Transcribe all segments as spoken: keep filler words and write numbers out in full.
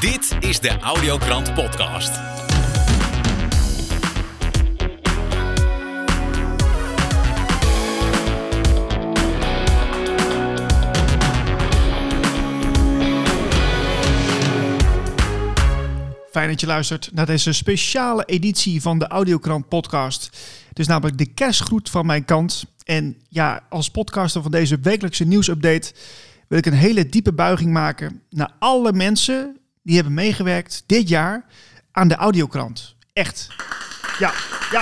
Dit is de Audiokrant podcast. Fijn dat je luistert naar deze speciale editie van de Audiokrant podcast. Het is namelijk de kerstgroet van mijn kant. En ja, als podcaster van deze wekelijkse nieuwsupdate wil ik een hele diepe buiging maken naar alle mensen die hebben meegewerkt dit jaar aan de Audiokrant. Echt. Ja, ja.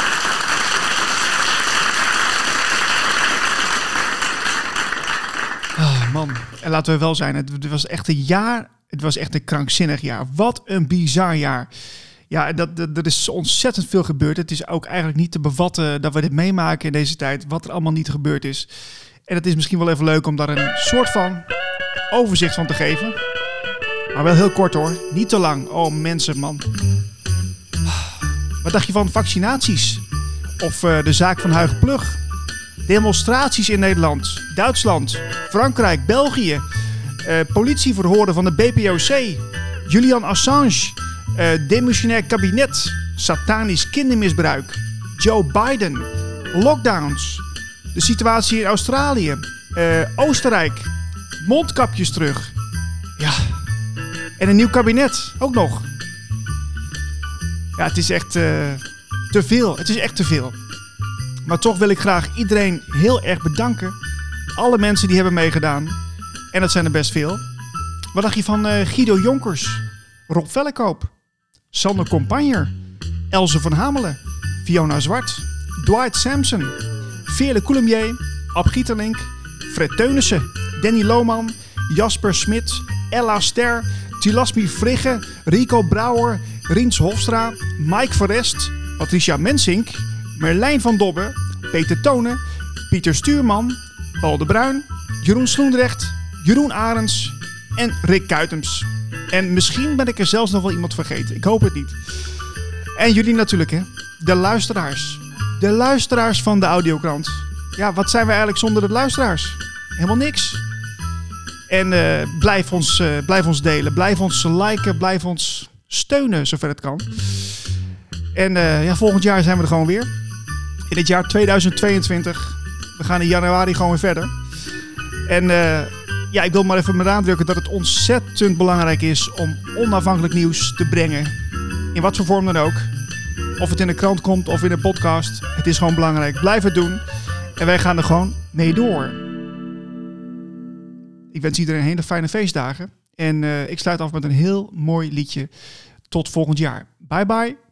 Oh man, en laten we wel zijn, het was echt een jaar... Het was echt een krankzinnig jaar. Wat een bizar jaar. Ja, dat, dat, er is ontzettend veel gebeurd. Het is ook eigenlijk niet te bevatten dat we dit meemaken in deze tijd. Wat er allemaal niet gebeurd is. En het is misschien wel even leuk om daar een soort van overzicht van te geven. Maar wel heel kort hoor. Niet te lang. Oh mensen, man. Wat dacht je van vaccinaties? Of uh, de zaak van Huig Plug? Demonstraties in Nederland, Duitsland, Frankrijk, België... Uh, politieverhoren van de B P O C, Julian Assange, uh, demissionair kabinet, satanisch kindermisbruik, Joe Biden, lockdowns, de situatie in Australië, uh, Oostenrijk, mondkapjes terug. Ja, en een nieuw kabinet, ook nog. Ja, het is echt uh, te veel, het is echt te veel. Maar toch wil ik graag iedereen heel erg bedanken. Alle mensen die hebben meegedaan. En dat zijn er best veel. Wat dacht je van uh, Guido Jonkers, Rob Vellekoop, Sander Compagner, Else van Hamelen, Fiona Zwart, Dwight Sampson, Veerle Coulommiers, Ab Gieterlink, Fred Teunissen, Danny Lohman, Jasper Smit, Ella Ster, Tilasmi Frigge, Rico Brouwer, Riens Hofstra, Mike Verrest, Patricia Mensink, Merlijn van Dobbe, Peter Tonen, Pieter Stuurman, Paul de Bruin, Jeroen Sloendrecht, Jeroen Arends en Rick Kuitems. En misschien ben ik er zelfs nog wel iemand vergeten. Ik hoop het niet. En jullie natuurlijk, hè. De luisteraars. De luisteraars van de Audiokrant. Ja, wat zijn we eigenlijk zonder de luisteraars? Helemaal niks. En uh, blijf, ons, uh, blijf ons delen. Blijf ons liken. Blijf ons steunen, zover het kan. En uh, ja, volgend jaar zijn we er gewoon weer. In het jaar tweeduizend tweeëntwintig. We gaan in januari gewoon weer verder. En... Uh, Ja, ik wil maar even benadrukken dat het ontzettend belangrijk is om onafhankelijk nieuws te brengen. In wat voor vorm dan ook. Of het in de krant komt of in een podcast. Het is gewoon belangrijk. Blijf het doen. En wij gaan er gewoon mee door. Ik wens iedereen hele fijne feestdagen. En uh, ik sluit af met een heel mooi liedje. Tot volgend jaar. Bye bye.